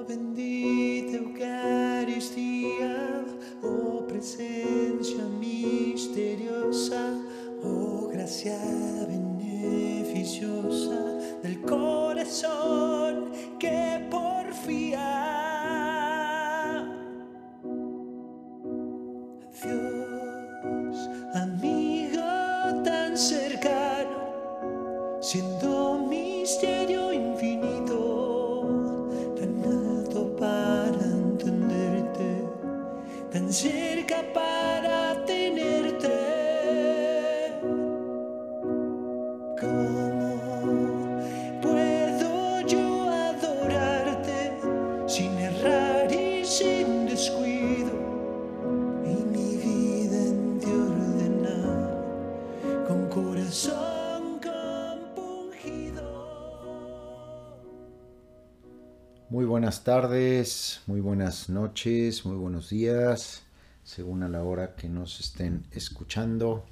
Bendita Eucaristía, oh presencia misteriosa, oh gracia beneficiosa del corazón que porfía. Dios, amigo tan cercano, siendo misterio infinito, tan alto para entenderte, tan cerca para tenerte. ¿Cómo puedo yo adorarte sin errar y sin descuido? Y mi vida en ti ordenar con corazón compungido. Muy buenas tardes, muy buenas noches, muy buenos días, según a la hora que nos estén escuchando.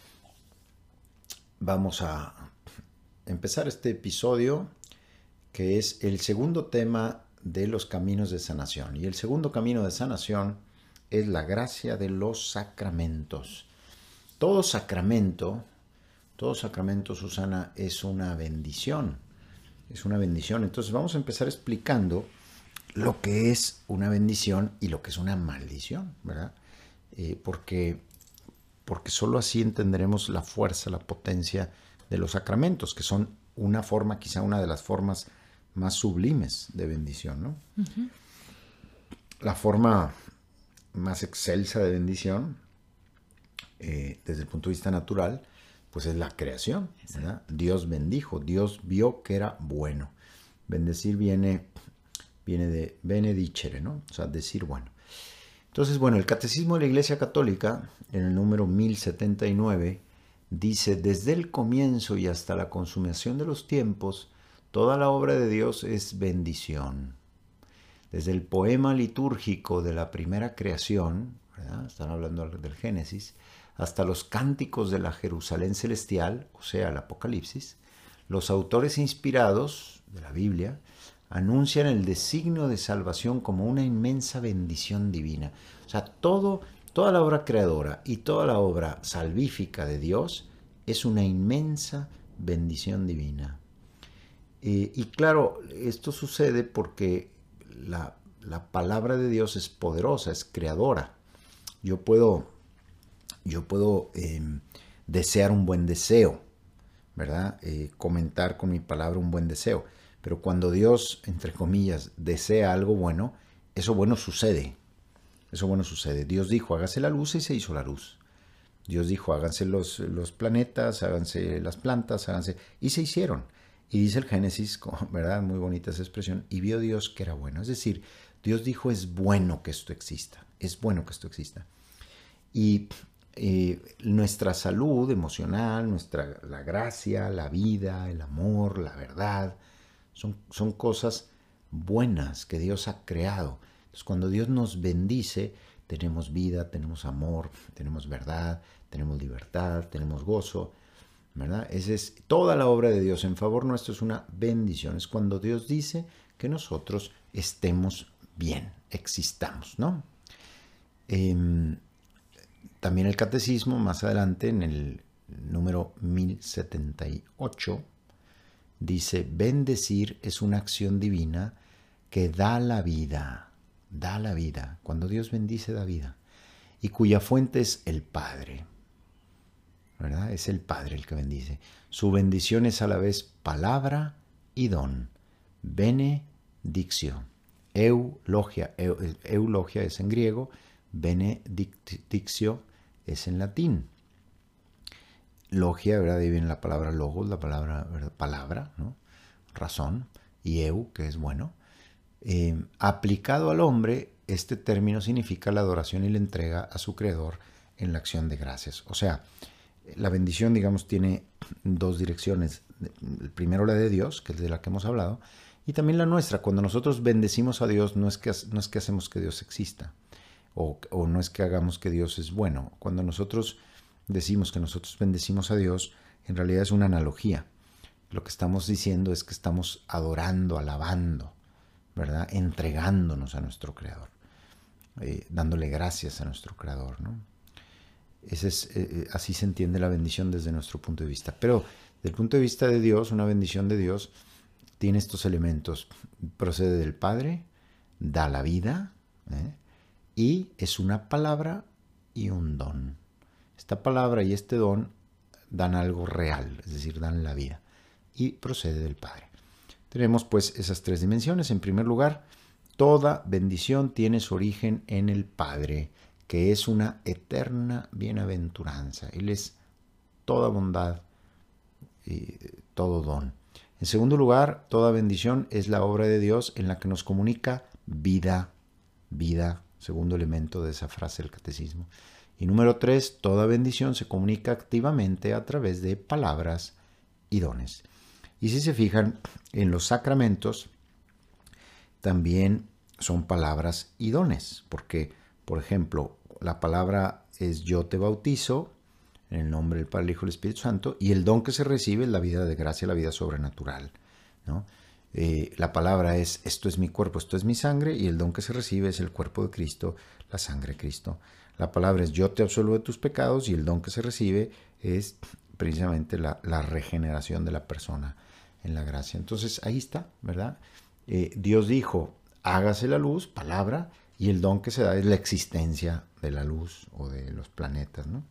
Vamos a empezar este episodio que es el segundo tema de los caminos de sanación. Y el segundo camino de sanación es la gracia de los sacramentos. Todo sacramento, Susana, es una bendición. Es una bendición. Entonces vamos a empezar explicando lo que es una bendición y lo que es una maldición, ¿verdad? Porque solo así entenderemos la fuerza, la potencia de los sacramentos, que son una forma, quizá una de las formas más sublimes de bendición, ¿no? Uh-huh. La forma más excelsa de bendición, desde el punto de vista natural, pues es la creación, ¿verdad? Dios bendijo, Dios vio que era bueno. Bendecir viene de benedicere, ¿no? O sea, decir bueno. Entonces, bueno, el Catecismo de la Iglesia Católica, en el número 1079, dice: desde el comienzo y hasta la consumación de los tiempos, toda la obra de Dios es bendición. Desde el poema litúrgico de la primera creación, ¿verdad? Están hablando del Génesis, hasta los cánticos de la Jerusalén celestial, o sea, el Apocalipsis, los autores inspirados de la Biblia anuncian el designio de salvación como una inmensa bendición divina. O sea, toda la obra creadora y toda la obra salvífica de Dios es una inmensa bendición divina. Y claro, esto sucede porque la palabra de Dios es poderosa, es creadora. Yo puedo desear un buen deseo, ¿verdad? Comentar con mi palabra un buen deseo. Pero cuando Dios, entre comillas, desea algo bueno, eso bueno sucede. Eso bueno sucede. Dios dijo, hágase la luz, y se hizo la luz. Dios dijo, háganse los planetas, háganse las plantas, y se hicieron. Y dice el Génesis, ¿verdad? Muy bonita esa expresión, y vio Dios que era bueno. Es decir, Dios dijo, es bueno que esto exista. Es bueno que esto exista. Y nuestra salud emocional, la gracia, la vida, el amor, la verdad, son cosas buenas que Dios ha creado. Entonces, cuando Dios nos bendice, tenemos vida, tenemos amor, tenemos verdad, tenemos libertad, tenemos gozo, ¿verdad? Esa es toda la obra de Dios en favor nuestro, es una bendición. Es cuando Dios dice que nosotros estemos bien, existamos, ¿no? También el Catecismo, más adelante, en el número 1078, dice: bendecir es una acción divina que da la vida. Da la vida. Cuando Dios bendice, da vida. Y cuya fuente es el Padre. ¿Verdad? Es el Padre el que bendice. Su bendición es a la vez palabra y don. Benedictio. Eulogia. Eulogia es en griego. Benedictio es en latín. Logia, ¿verdad? Ahí viene la palabra logos, la palabra, ¿verdad? Palabra, ¿no? Razón. Y eu, que es bueno. Aplicado al hombre, este término significa la adoración y la entrega a su creador en la acción de gracias. O sea, la bendición, digamos, tiene dos direcciones. Primero la de Dios, que es de la que hemos hablado, y también la nuestra. Cuando nosotros bendecimos a Dios, no es que hacemos que Dios exista, o no es que hagamos que Dios es bueno. Cuando nosotros decimos que nosotros bendecimos a Dios, en realidad es una analogía. Lo que estamos diciendo es que estamos adorando, alabando, ¿verdad? Entregándonos a nuestro Creador, dándole gracias a nuestro Creador, ¿no? Así se entiende la bendición desde nuestro punto de vista. Pero desde el punto de vista de Dios, una bendición de Dios tiene estos elementos. Procede del Padre, da la vida, y es una palabra y un don. Esta palabra y este don dan algo real, es decir, dan la vida, y procede del Padre. Tenemos pues esas tres dimensiones. En primer lugar, toda bendición tiene su origen en el Padre, que es una eterna bienaventuranza. Él es toda bondad y todo don. En segundo lugar, toda bendición es la obra de Dios en la que nos comunica vida, segundo elemento de esa frase del catecismo. Y número 3, toda bendición se comunica activamente a través de palabras y dones. Y si se fijan, en los sacramentos también son palabras y dones, porque, por ejemplo, la palabra es yo te bautizo, en el nombre del Padre, el Hijo y el Espíritu Santo, y el don que se recibe es la vida de gracia, la vida sobrenatural, ¿no? La palabra es esto es mi cuerpo, esto es mi sangre, y el don que se recibe es el cuerpo de Cristo, la sangre de Cristo. La palabra es yo te absolvo de tus pecados, y el don que se recibe es precisamente la regeneración de la persona en la gracia. Entonces ahí está, ¿verdad? Dios dijo, hágase la luz, palabra, y el don que se da es la existencia de la luz o de los planetas, ¿no?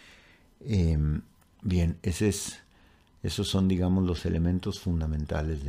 Bien, esos son, digamos, los elementos fundamentales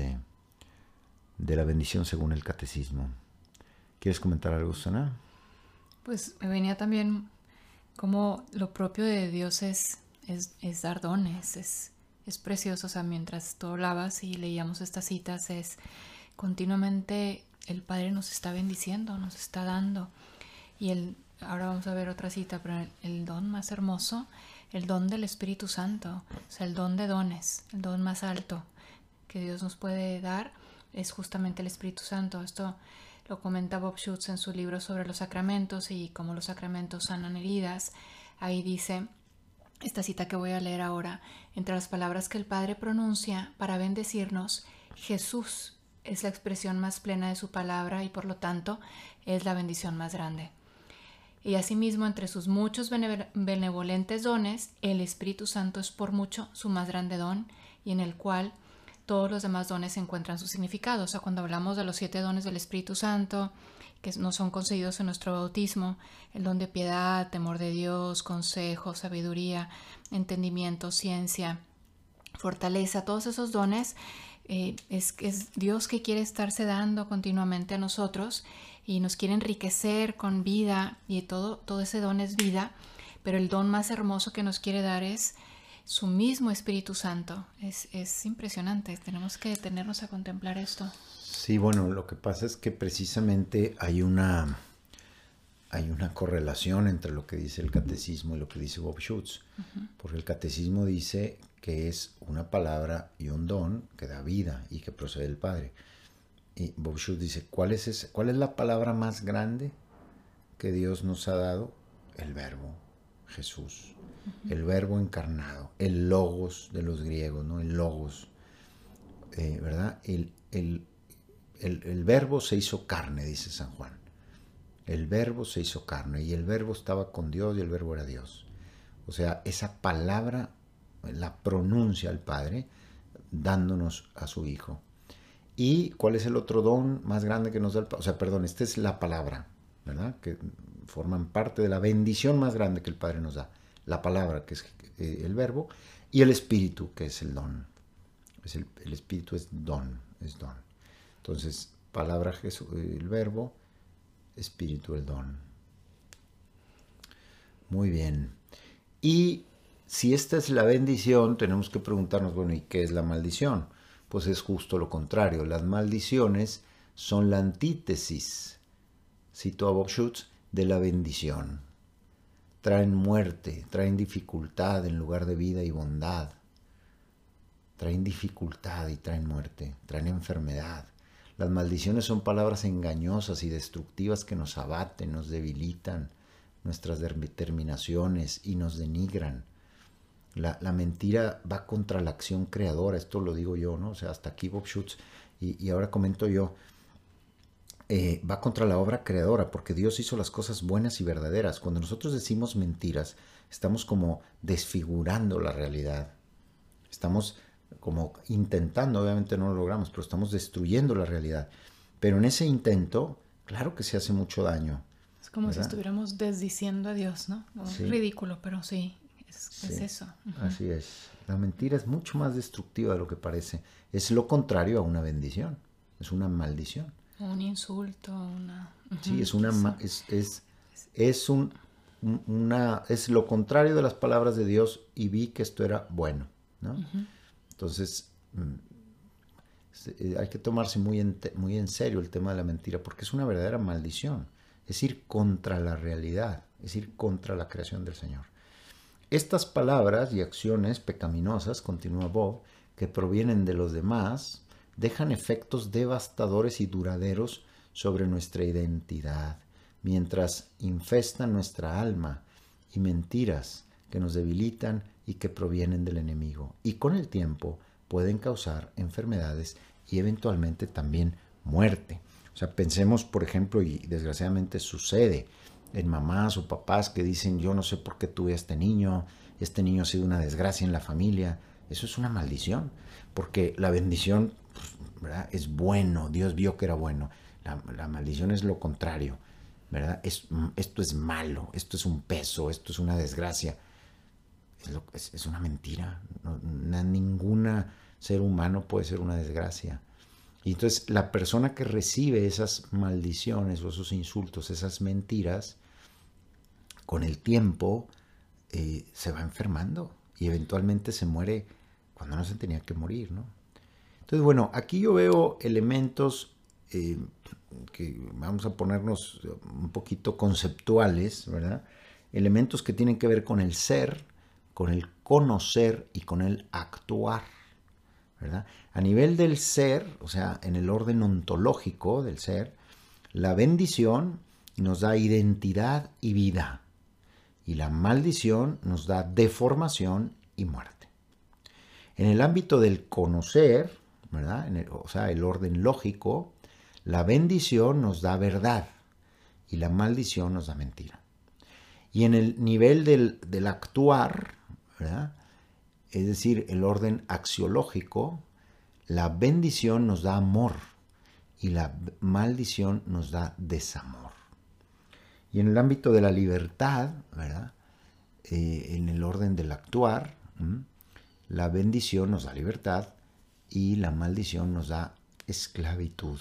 de la bendición según el catecismo. ¿Quieres comentar algo, Susana? Pues me venía también como lo propio de Dios es dar dones, es precioso. O sea, mientras tú hablabas y leíamos estas citas, es continuamente el Padre nos está bendiciendo, nos está dando. Y ahora vamos a ver otra cita, pero el don más hermoso, el don del Espíritu Santo, o sea, el don de dones, el don más alto que Dios nos puede dar es justamente el Espíritu Santo. Esto lo comenta Bob Schutz en su libro sobre los sacramentos y cómo los sacramentos sanan heridas. Ahí dice esta cita que voy a leer ahora: entre las palabras que el Padre pronuncia para bendecirnos, Jesús es la expresión más plena de su palabra y por lo tanto es la bendición más grande. Y asimismo, entre sus muchos benevolentes dones, el Espíritu Santo es por mucho su más grande don, y en el cual todos los demás dones encuentran su significado. O sea, cuando hablamos de los 7 dones del Espíritu Santo, que nos son concedidos en nuestro bautismo, el don de piedad, temor de Dios, consejo, sabiduría, entendimiento, ciencia, fortaleza, todos esos dones, es Dios que quiere estarse dando continuamente a nosotros y nos quiere enriquecer con vida, y todo ese don es vida, pero el don más hermoso que nos quiere dar es su mismo Espíritu Santo. Es impresionante, tenemos que detenernos a contemplar esto. Sí, bueno, lo que pasa es que precisamente hay una correlación entre lo que dice el catecismo y lo que dice Bob Schutz, porque el catecismo dice que es una palabra y un don que da vida y que procede del Padre. Y Bob Schutz dice, ¿cuál es la palabra más grande que Dios nos ha dado? El Verbo, Jesús, el Verbo encarnado, el Logos de los griegos, ¿no? El Logos, ¿verdad? El Verbo se hizo carne, dice San Juan. El Verbo se hizo carne y el Verbo estaba con Dios y el Verbo era Dios. O sea, esa palabra la pronuncia el Padre dándonos a su Hijo. ¿Y cuál es el otro don más grande que nos da el Padre? O sea, perdón, esta es la palabra, ¿verdad? Que forman parte de la bendición más grande que el Padre nos da. La palabra, que es el Verbo, y el Espíritu, que es el don. El Espíritu es don, es don. Entonces, palabra, Jesús, el Verbo, Espíritu, el don. Muy bien. Y si esta es la bendición, tenemos que preguntarnos, bueno, ¿y qué es la maldición? Pues es justo lo contrario. Las maldiciones son la antítesis, cito a Bob Schutz, de la bendición. Traen muerte, traen dificultad en lugar de vida y bondad. Traen dificultad y traen muerte, traen enfermedad. Las maldiciones son palabras engañosas y destructivas que nos abaten, nos debilitan nuestras determinaciones y nos denigran. La mentira va contra la acción creadora, esto lo digo yo, ¿no? O sea, hasta aquí Bob Schutz, y ahora comento yo. va contra la obra creadora, porque Dios hizo las cosas buenas y verdaderas. Cuando nosotros decimos mentiras, estamos como desfigurando la realidad. Estamos como intentando, obviamente no lo logramos, pero estamos destruyendo la realidad. Pero en ese intento, claro que se hace mucho daño. Es como ¿verdad? si estuviéramos desdiciendo a Dios, ¿no? Sí. Ridículo, pero sí, es Sí, eso. así es. La mentira es mucho más destructiva de lo que parece. Es lo contrario a una bendición. Es una maldición. Un insulto, una... Sí, es una es es lo contrario de las palabras de Dios y vi que esto era bueno, ¿no? Entonces hay que tomarse muy en serio el tema de la mentira porque es una verdadera maldición. Es ir contra la realidad, es ir contra la creación del Señor. Estas palabras y acciones pecaminosas, continúa Bob, que provienen de los demás, dejan efectos devastadores y duraderos sobre nuestra identidad, mientras infestan nuestra alma, y mentiras que nos debilitan y que provienen del enemigo. Y con el tiempo pueden causar enfermedades y eventualmente también muerte. O sea, pensemos, por ejemplo, y desgraciadamente sucede en mamás o papás que dicen, yo no sé por qué tuve a este niño ha sido una desgracia en la familia. Eso es una maldición, porque la bendición, ¿verdad?, es bueno, Dios vio que era bueno. La maldición es lo contrario, ¿verdad? Esto es malo, esto es un peso, esto es una desgracia. Es una mentira. Ningún ser humano puede ser una desgracia. Y entonces la persona que recibe esas maldiciones o esos insultos, esas mentiras, con el tiempo se va enfermando y eventualmente se muere cuando no se tenía que morir, ¿no? Entonces, bueno, aquí yo veo elementos que vamos a ponernos un poquito conceptuales, ¿verdad? Elementos que tienen que ver con el ser, con el conocer y con el actuar, ¿verdad? A nivel del ser, o sea, en el orden ontológico del ser, la bendición nos da identidad y vida, y la maldición nos da deformación y muerte. En el ámbito del conocer, ¿verdad? O sea, el orden lógico, la bendición nos da verdad y la maldición nos da mentira. Y en el nivel del actuar, ¿verdad?, es decir, el orden axiológico, la bendición nos da amor y la maldición nos da desamor. Y en el ámbito de la libertad, ¿verdad?, en el orden del actuar, la bendición nos da libertad y la maldición nos da esclavitud.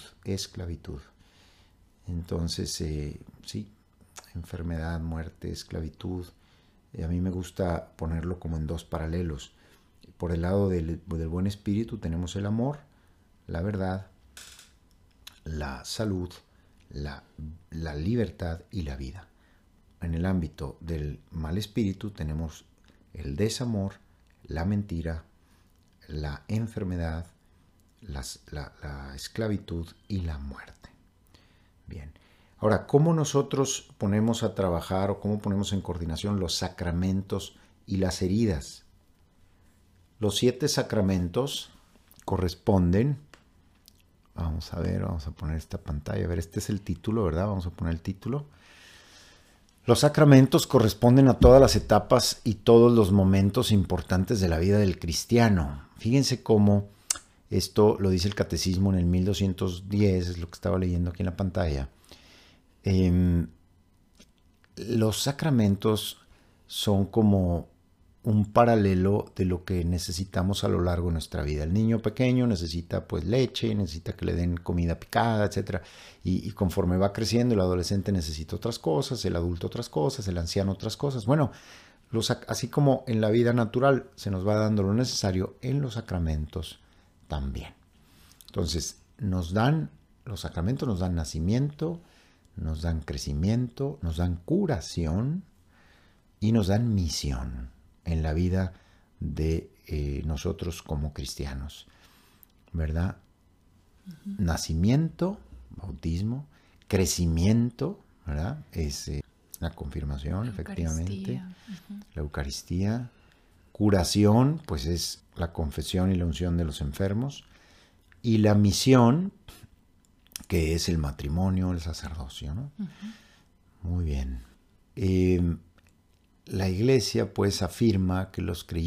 Entonces, sí, enfermedad, muerte, esclavitud. A mí me gusta ponerlo como en dos paralelos. Por el lado del buen espíritu tenemos el amor, la verdad, la salud, la libertad y la vida. En el ámbito del mal espíritu tenemos el desamor, la mentira, la enfermedad, la esclavitud y la muerte. Bien. Ahora, ¿cómo nosotros ponemos a trabajar o cómo ponemos en coordinación los sacramentos y las heridas? Los 7 sacramentos corresponden, vamos a ver, vamos a poner esta pantalla, a ver, este es el título, ¿verdad? Vamos a poner el título. Los sacramentos corresponden a todas las etapas y todos los momentos importantes de la vida del cristiano. Fíjense cómo esto lo dice el Catecismo en el 1210, es lo que estaba leyendo aquí en la pantalla. Los sacramentos son como un paralelo de lo que necesitamos a lo largo de nuestra vida. El niño pequeño necesita pues leche, necesita que le den comida picada, etc. Y conforme va creciendo, el adolescente necesita otras cosas, el adulto otras cosas, el anciano otras cosas. Bueno, así como en la vida natural se nos va dando lo necesario, en los sacramentos también. Entonces, los sacramentos nos dan nacimiento, nos dan crecimiento, nos dan curación y nos dan misión en la vida de nosotros como cristianos, ¿verdad? Nacimiento, bautismo, crecimiento, ¿verdad? Es la confirmación, efectivamente, la Eucaristía, curación, pues es la confesión y la unción de los enfermos, y la misión, que es el matrimonio, el sacerdocio, ¿no? Muy bien. La Iglesia pues afirma que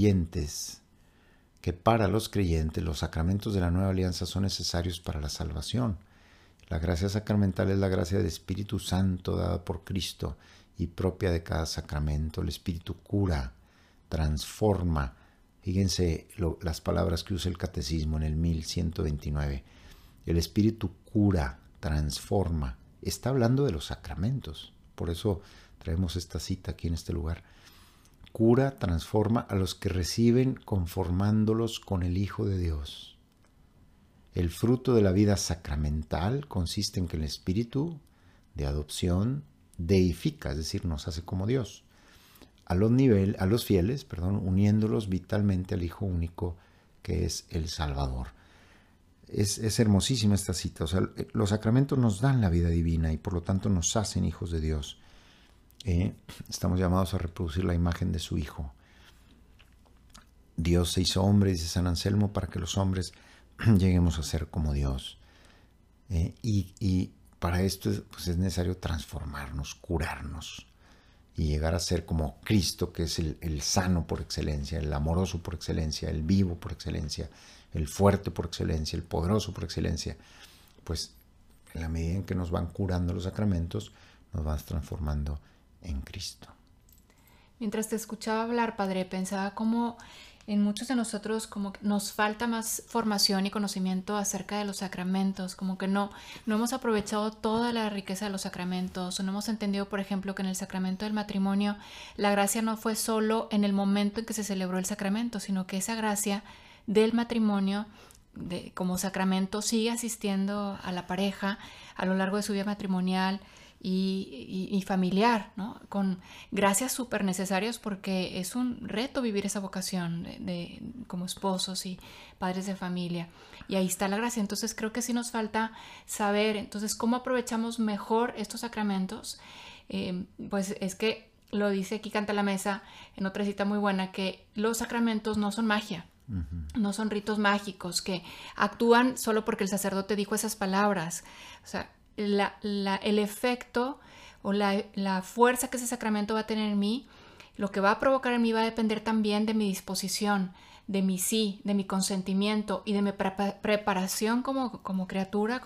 para los creyentes los sacramentos de la nueva alianza son necesarios para la salvación. La gracia sacramental es la gracia del Espíritu Santo dada por Cristo y propia de cada sacramento. El Espíritu cura, transforma. Fíjense las palabras que usa el Catecismo en el 1129. El Espíritu cura, transforma. Está hablando de los sacramentos. Por eso traemos esta cita aquí en este lugar. Cura, transforma a los que reciben conformándolos con el Hijo de Dios. El fruto de la vida sacramental consiste en que el Espíritu de adopción deifica, es decir, nos hace como Dios, a los fieles, uniéndolos vitalmente al Hijo único que es el Salvador. Es hermosísima esta cita. O sea, los sacramentos nos dan la vida divina y por lo tanto nos hacen hijos de Dios. Estamos llamados a reproducir la imagen de su Hijo. Dios se hizo hombre, dice San Anselmo, para que los hombres lleguemos a ser como Dios. Y para esto pues es necesario transformarnos, curarnos y llegar a ser como Cristo, que es el sano por excelencia, el amoroso por excelencia, el vivo por excelencia, el fuerte por excelencia, el poderoso por excelencia. Pues en la medida en que nos van curando los sacramentos, nos vas transformando en Cristo. Mientras te escuchaba hablar, Padre, pensaba cómo en muchos de nosotros como que nos falta más formación y conocimiento acerca de los sacramentos, como que no hemos aprovechado toda la riqueza de los sacramentos, o no hemos entendido, por ejemplo, que en el sacramento del matrimonio la gracia no fue solo en el momento en que se celebró el sacramento, sino que esa gracia del matrimonio como sacramento sigue asistiendo a la pareja a lo largo de su vida matrimonial y familiar, ¿no? Con gracias súper necesarias, porque es un reto vivir esa vocación como esposos y padres de familia. Y ahí está la gracia. Entonces creo que sí nos falta saber, entonces, cómo aprovechamos mejor estos sacramentos. Pues es que lo dice aquí Canta la Mesa en otra cita muy buena, que los sacramentos no son magia. No son ritos mágicos que actúan solo porque el sacerdote dijo esas palabras. O sea, el efecto o la fuerza que ese sacramento va a tener en mí, lo que va a provocar en mí va a depender también de mi disposición, de mi sí, de mi consentimiento y de mi preparación como criatura,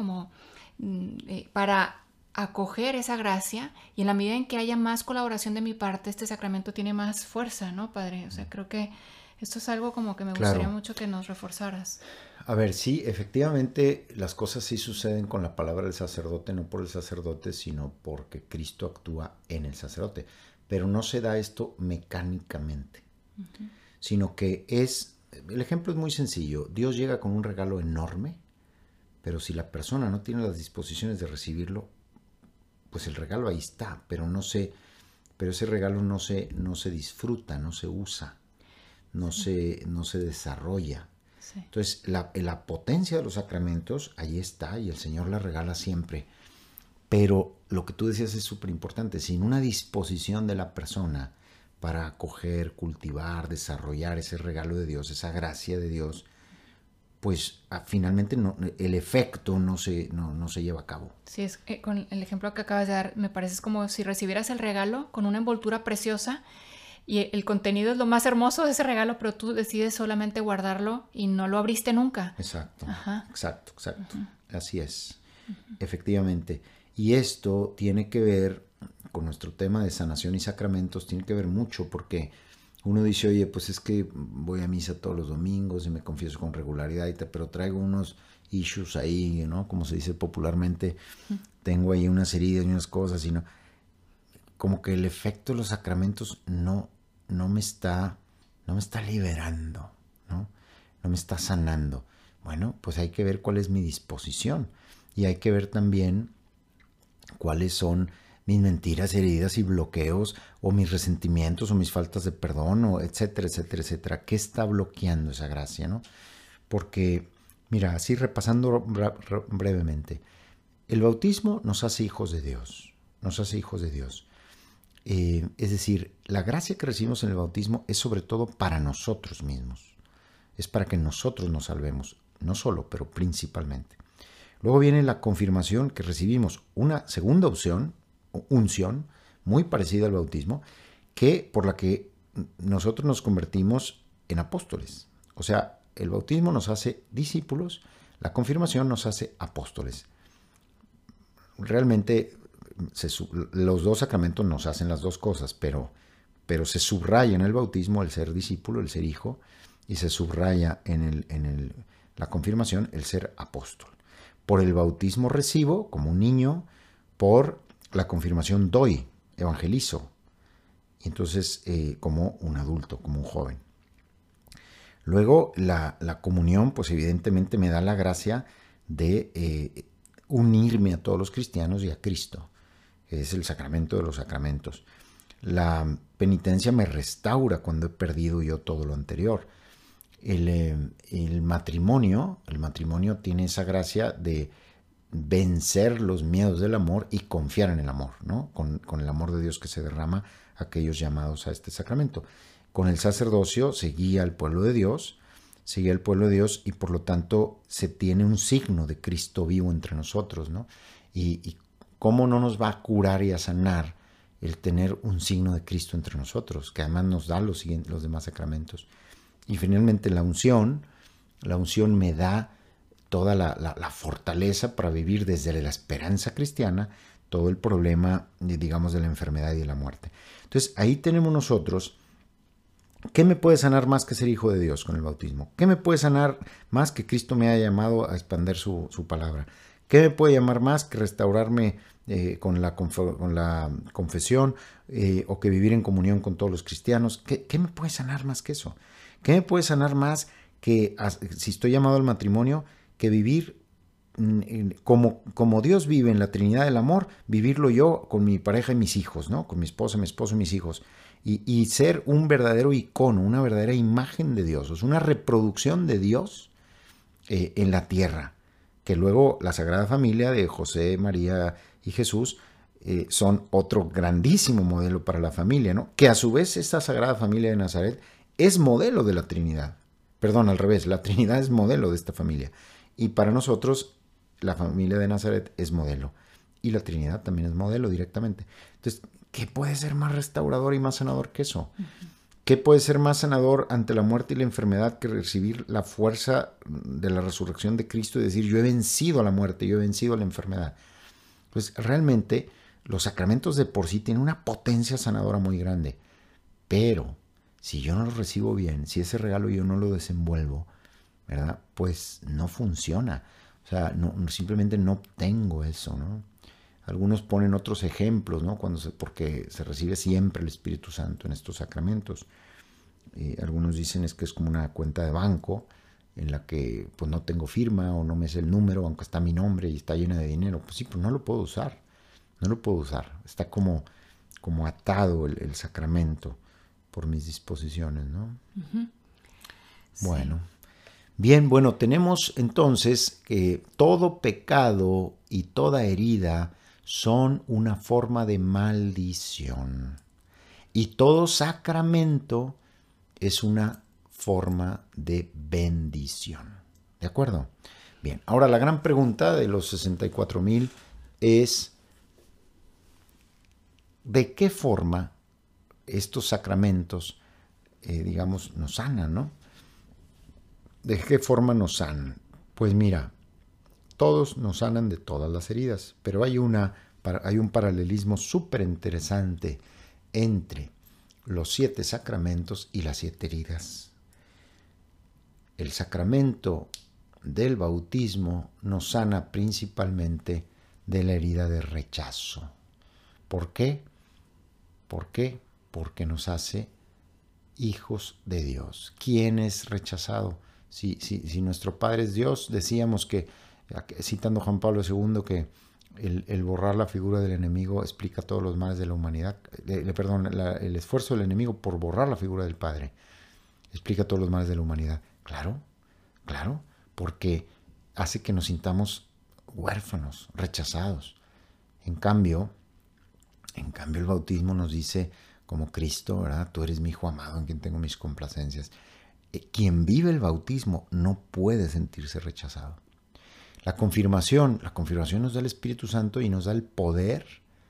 para acoger esa gracia. Y en la medida en que haya más colaboración de mi parte, este sacramento tiene más fuerza, ¿no, Padre? O sea, creo que esto es algo como que me gustaría mucho que nos reforzaras. A ver, sí, efectivamente las cosas sí suceden con la palabra del sacerdote, no por el sacerdote, sino porque Cristo actúa en el sacerdote. Pero no se da esto mecánicamente, sino que el ejemplo es muy sencillo. Dios llega con un regalo enorme, pero si la persona no tiene las disposiciones de recibirlo, pues el regalo ahí está, pero ese regalo no se disfruta, no se usa. No se desarrolla. Sí. Entonces, la potencia de los sacramentos ahí está y el Señor la regala siempre. Pero lo que tú decías es súper importante. Sin una disposición de la persona para acoger, cultivar, desarrollar ese regalo de Dios, esa gracia de Dios, pues finalmente el efecto no se lleva a cabo. Sí, con el ejemplo que acabas de dar, me parece es como si recibieras el regalo con una envoltura preciosa. Y el contenido es lo más hermoso de ese regalo, pero tú decides solamente guardarlo y no lo abriste nunca. Exacto, exacto. Así es, efectivamente. Y esto tiene que ver con nuestro tema de sanación y sacramentos, tiene que ver mucho porque uno dice, oye, pues es que voy a misa todos los domingos y me confieso con regularidad, pero traigo unos issues ahí, ¿no? Como se dice popularmente, tengo ahí unas heridas y unas cosas y no... Como que el efecto de los sacramentos no me está liberando, ¿no? No me está sanando. Bueno, pues hay que ver cuál es mi disposición y hay que ver también cuáles son mis mentiras, heridas y bloqueos o mis resentimientos o mis faltas de perdón o etcétera, etcétera, etcétera. ¿Qué está bloqueando esa gracia, no? Porque, mira, así repasando brevemente, el bautismo nos hace hijos de Dios, es decir, la gracia que recibimos en el bautismo es sobre todo para nosotros mismos. Es para que nosotros nos salvemos, no solo, pero principalmente. Luego viene la confirmación, que recibimos una segunda unción, muy parecida al bautismo, por la que nosotros nos convertimos en apóstoles. O sea, el bautismo nos hace discípulos, la confirmación nos hace apóstoles. Realmente los dos sacramentos nos hacen las dos cosas, pero se subraya en el bautismo el ser discípulo, el ser hijo, y se subraya en la confirmación el ser apóstol. Por el bautismo recibo como un niño, por la confirmación doy, evangelizo, y entonces como un adulto, como un joven. Luego la comunión, pues evidentemente me da la gracia de unirme a todos los cristianos y a Cristo, que es el sacramento de los sacramentos. La penitencia me restaura cuando he perdido yo todo lo anterior. El matrimonio tiene esa gracia de vencer los miedos del amor y confiar en el amor, ¿no? Con el amor de Dios que se derrama a aquellos llamados a este sacramento. Con el sacerdocio se guía al pueblo de Dios, y por lo tanto se tiene un signo de Cristo vivo entre nosotros, ¿no? Y cómo no nos va a curar y a sanar el tener un signo de Cristo entre nosotros, que además nos da los demás sacramentos. Y finalmente la unción me da toda la fortaleza para vivir desde la esperanza cristiana todo el problema, digamos, de la enfermedad y de la muerte. Entonces ahí tenemos nosotros, ¿qué me puede sanar más que ser hijo de Dios con el bautismo? ¿Qué me puede sanar más que Cristo me haya llamado a expandir su palabra? ¿Qué me puede llamar más que restaurarme con la confesión o que vivir en comunión con todos los cristianos? ¿Qué me puede sanar más que eso? ¿Qué me puede sanar más que, si estoy llamado al matrimonio, que vivir como Dios vive en la Trinidad del Amor, vivirlo yo con mi pareja y mis hijos, ¿no? Con mi esposa, mi esposo y mis hijos. Y ser un verdadero icono, una verdadera imagen de Dios, o sea, una reproducción de Dios en la tierra. Que luego la Sagrada Familia de José, María y Jesús son otro grandísimo modelo para la familia, ¿no? Que a su vez esta Sagrada Familia de Nazaret es modelo de la Trinidad. Perdón, al revés, la Trinidad es modelo de esta familia. Y para nosotros la familia de Nazaret es modelo. Y la Trinidad también es modelo directamente. Entonces, ¿qué puede ser más restaurador y más sanador que eso? Uh-huh. ¿Qué puede ser más sanador ante la muerte y la enfermedad que recibir la fuerza de la resurrección de Cristo y decir, yo he vencido a la muerte, yo he vencido a la enfermedad? Pues realmente los sacramentos de por sí tienen una potencia sanadora muy grande. Pero si yo no lo recibo bien, si ese regalo yo no lo desenvuelvo, ¿verdad? Pues no funciona. O sea, simplemente no obtengo eso, ¿no? Algunos ponen otros ejemplos, ¿no? Porque se recibe siempre el Espíritu Santo en estos sacramentos. Algunos dicen es que es como una cuenta de banco en la que pues no tengo firma o no me sé el número, aunque está mi nombre y está llena de dinero. Pues sí, pues no lo puedo usar. No lo puedo usar. Está como atado el sacramento por mis disposiciones, ¿no? Uh-huh. Sí. Bueno, tenemos entonces que todo pecado y toda herida son una forma de maldición. Y todo sacramento es una forma de bendición. ¿De acuerdo? Bien, ahora la gran pregunta de los 64,000 es, ¿de qué forma estos sacramentos, digamos, nos sanan, ¿no? ¿De qué forma nos sanan? Pues mira, todos nos sanan de todas las heridas, pero hay un paralelismo súper interesante entre los 7 sacramentos y las 7 heridas. El sacramento del bautismo nos sana principalmente de la herida de rechazo. ¿Por qué? Porque nos hace hijos de Dios. ¿Quién es rechazado? Si nuestro Padre es Dios, decíamos que, citando a Juan Pablo II, que el borrar la figura del enemigo explica todos los males de la humanidad. El esfuerzo del enemigo por borrar la figura del Padre explica todos los males de la humanidad. Claro, porque hace que nos sintamos huérfanos, rechazados. En cambio, el bautismo nos dice, como Cristo, ¿verdad? Tú eres mi hijo amado en quien tengo mis complacencias. Quien vive el bautismo no puede sentirse rechazado. La confirmación nos da el Espíritu Santo y nos da el poder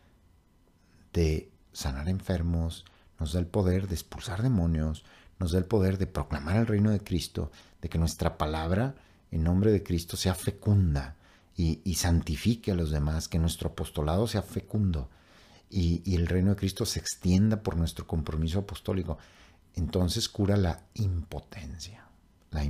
de sanar enfermos, nos da el poder de expulsar demonios, nos da el poder de proclamar el reino de Cristo, de que nuestra palabra en nombre de Cristo sea fecunda y santifique a los demás, que nuestro apostolado sea fecundo y el reino de Cristo se extienda por nuestro compromiso apostólico. Entonces cura la impotencia. La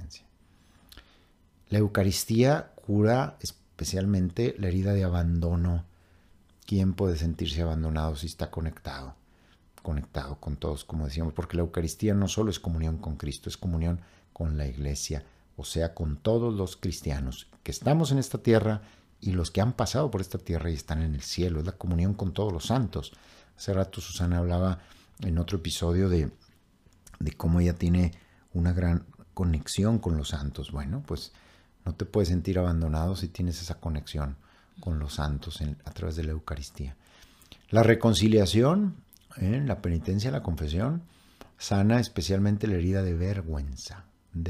Eucaristía cura especialmente la herida de abandono. ¿Quién puede sentirse abandonado si está conectado con todos, como decíamos? Porque la Eucaristía no solo es comunión con Cristo, es comunión con la Iglesia, o sea, con todos los cristianos que estamos en esta tierra y los que han pasado por esta tierra y están en el cielo. Es la comunión con todos los santos. Hace rato Susana hablaba en otro episodio de cómo ella tiene una gran conexión con los santos. Bueno, pues no te puedes sentir abandonado si tienes esa conexión con los santos a través de la Eucaristía. La reconciliación, la penitencia, la confesión, sana especialmente la herida de vergüenza,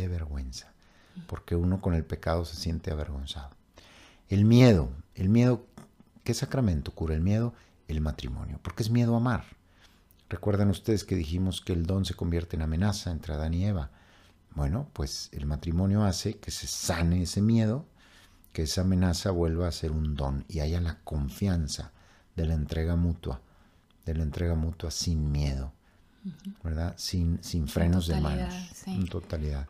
porque uno con el pecado se siente avergonzado. El miedo, ¿qué sacramento cura el miedo? El matrimonio, porque es miedo a amar. Recuerdan ustedes que dijimos que el don se convierte en amenaza entre Adán y Eva. Bueno, pues el matrimonio hace que se sane ese miedo, que esa amenaza vuelva a ser un don y haya la confianza de la entrega mutua sin miedo, ¿verdad? Sin frenos de manos, sí. En totalidad.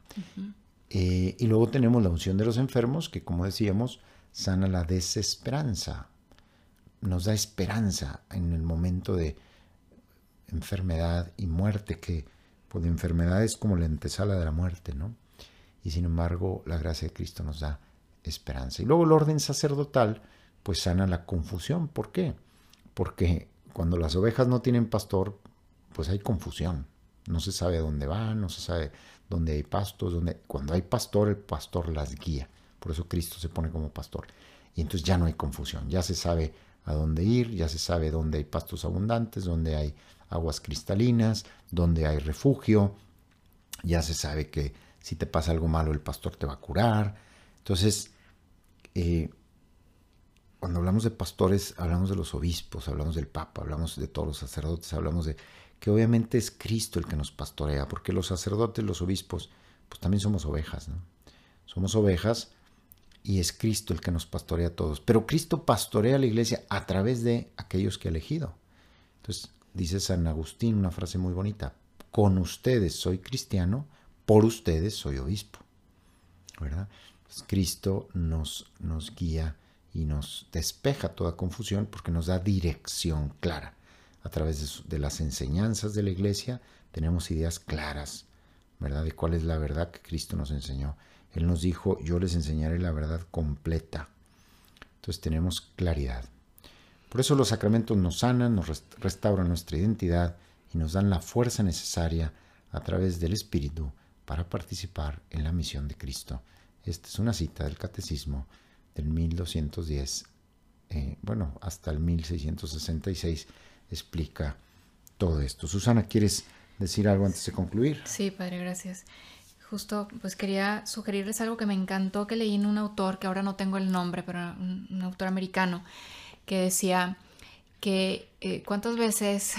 Y luego tenemos la unción de los enfermos, que como decíamos, sana la desesperanza, nos da esperanza en el momento de enfermedad y muerte, que pues, enfermedad es como la antesala de la muerte, ¿no? Y sin embargo, la gracia de Cristo nos da esperanza. Y luego el orden sacerdotal, pues sana la confusión. ¿Por qué? Porque cuando las ovejas no tienen pastor, pues hay confusión. No se sabe dónde van, no se sabe dónde hay pastos. Cuando hay pastor, el pastor las guía. Por eso Cristo se pone como pastor. Y entonces ya no hay confusión. Ya se sabe a dónde ir, ya se sabe dónde hay pastos abundantes, dónde hay aguas cristalinas, dónde hay refugio. Ya se sabe que si te pasa algo malo, el pastor te va a curar. Entonces, cuando hablamos de pastores, hablamos de los obispos, hablamos del Papa, hablamos de todos los sacerdotes, hablamos de que obviamente es Cristo el que nos pastorea, porque los sacerdotes, los obispos, pues también somos ovejas, ¿no? Somos ovejas y es Cristo el que nos pastorea a todos. Pero Cristo pastorea a la iglesia a través de aquellos que ha elegido. Entonces, dice San Agustín una frase muy bonita: con ustedes soy cristiano, por ustedes soy obispo, ¿verdad? Pues Cristo nos guía y nos despeja toda confusión porque nos da dirección clara. A través de las enseñanzas de la iglesia tenemos ideas claras, ¿verdad? De cuál es la verdad que Cristo nos enseñó. Él nos dijo: yo les enseñaré la verdad completa. Entonces tenemos claridad. Por eso los sacramentos nos sanan, nos restauran nuestra identidad y nos dan la fuerza necesaria a través del Espíritu para participar en la misión de Cristo. Esta es una cita del Catecismo del 1210, hasta el 1666 explica todo esto. Susana, ¿quieres decir algo antes de concluir? Sí, padre, gracias. Justo, pues quería sugerirles algo que me encantó, que leí en un autor, que ahora no tengo el nombre, pero un autor americano, que decía que cuántas veces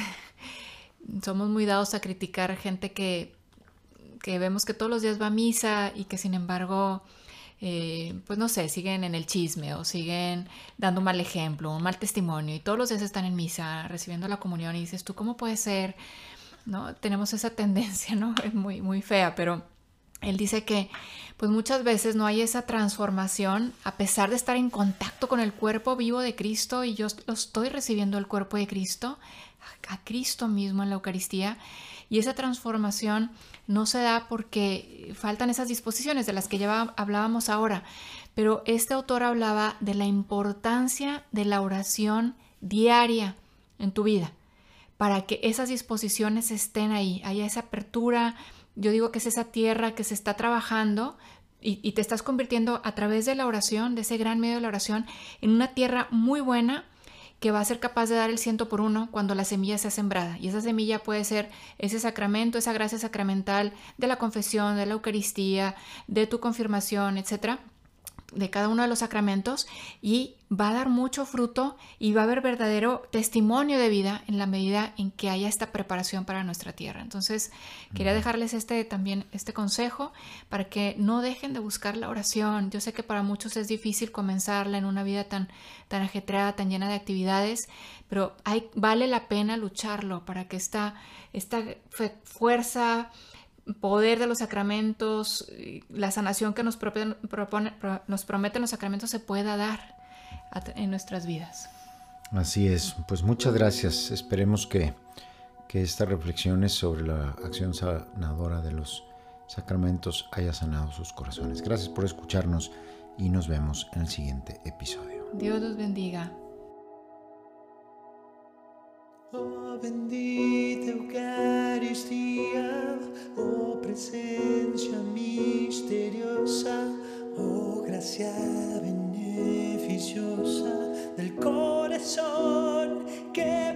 somos muy dados a criticar gente que vemos que todos los días va a misa y que sin embargo, pues no sé, siguen en el chisme o siguen dando un mal ejemplo, un mal testimonio, y todos los días están en misa recibiendo la comunión y dices tú, ¿cómo puede ser? ¿No? Tenemos esa tendencia, ¿no? Es muy, muy fea, pero él dice que pues muchas veces no hay esa transformación a pesar de estar en contacto con el cuerpo vivo de Cristo, y yo lo estoy recibiendo el cuerpo de Cristo, a Cristo mismo en la Eucaristía, y esa transformación no se da porque faltan esas disposiciones de las que ya hablábamos ahora. Pero este autor hablaba de la importancia de la oración diaria en tu vida, para que esas disposiciones estén ahí, haya esa apertura. Yo digo que es esa tierra que se está trabajando y te estás convirtiendo a través de la oración, de ese gran medio de la oración, en una tierra muy buena que va a ser capaz de dar el 100% cuando la semilla sea sembrada. Y esa semilla puede ser ese sacramento, esa gracia sacramental de la confesión, de la Eucaristía, de tu confirmación, etc. de cada uno de los sacramentos y va a dar mucho fruto y va a haber verdadero testimonio de vida en la medida en que haya esta preparación para nuestra tierra. Entonces, quería dejarles también este consejo para que no dejen de buscar la oración. Yo sé que para muchos es difícil comenzarla en una vida tan ajetreada, tan llena de actividades, pero vale la pena lucharlo para que esta fuerza, poder de los sacramentos, la sanación que nos prometen los sacramentos se pueda dar en nuestras vidas. Así es, pues muchas gracias. Esperemos que estas reflexiones sobre la acción sanadora de los sacramentos haya sanado sus corazones. Gracias por escucharnos y nos vemos en el siguiente episodio. Dios los bendiga. Oh bendita Eucaristía, oh presencia misteriosa, oh gracia beneficiosa del corazón que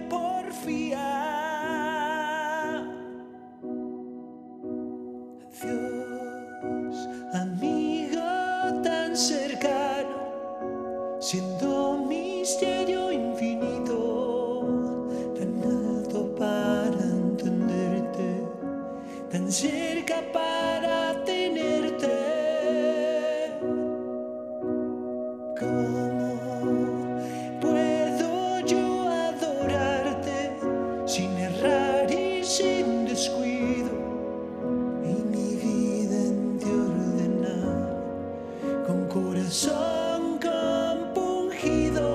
porfía. Dios, amigo tan cercano, siendo misterio infinito, tan cerca para tenerte. ¿Cómo puedo yo adorarte sin errar y sin descuido? Y mi vida en ti ordenar con corazón compungido.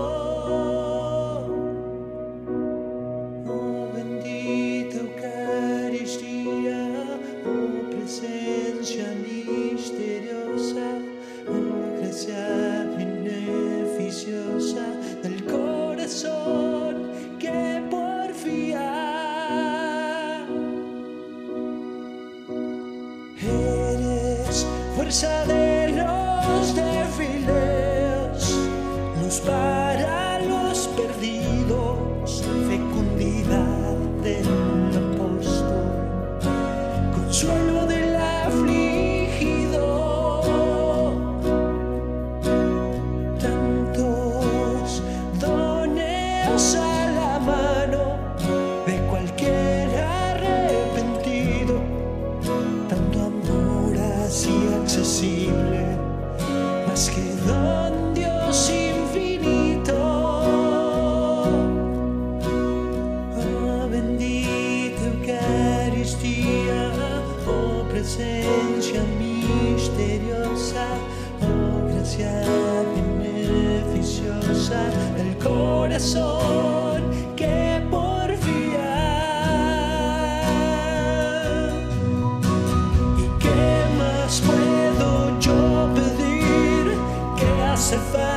Oh bendita Eucaristía, presencia misteriosa, oh gracia beneficiosa del corazón que porfía. Eres fuerza de los débiles, luz para los perdidos, fecundidad del apóstol, consuelo del afligido. Tantos dones a la mano de cualquier arrepentido, tanto amor así accesible, más que don Dios infinito. Oh bendita Eucaristía, oh presencia misteriosa, oh gracia beneficiosa del corazón que porfía. ¿Y qué más puedo yo pedir? ¿Qué hace falta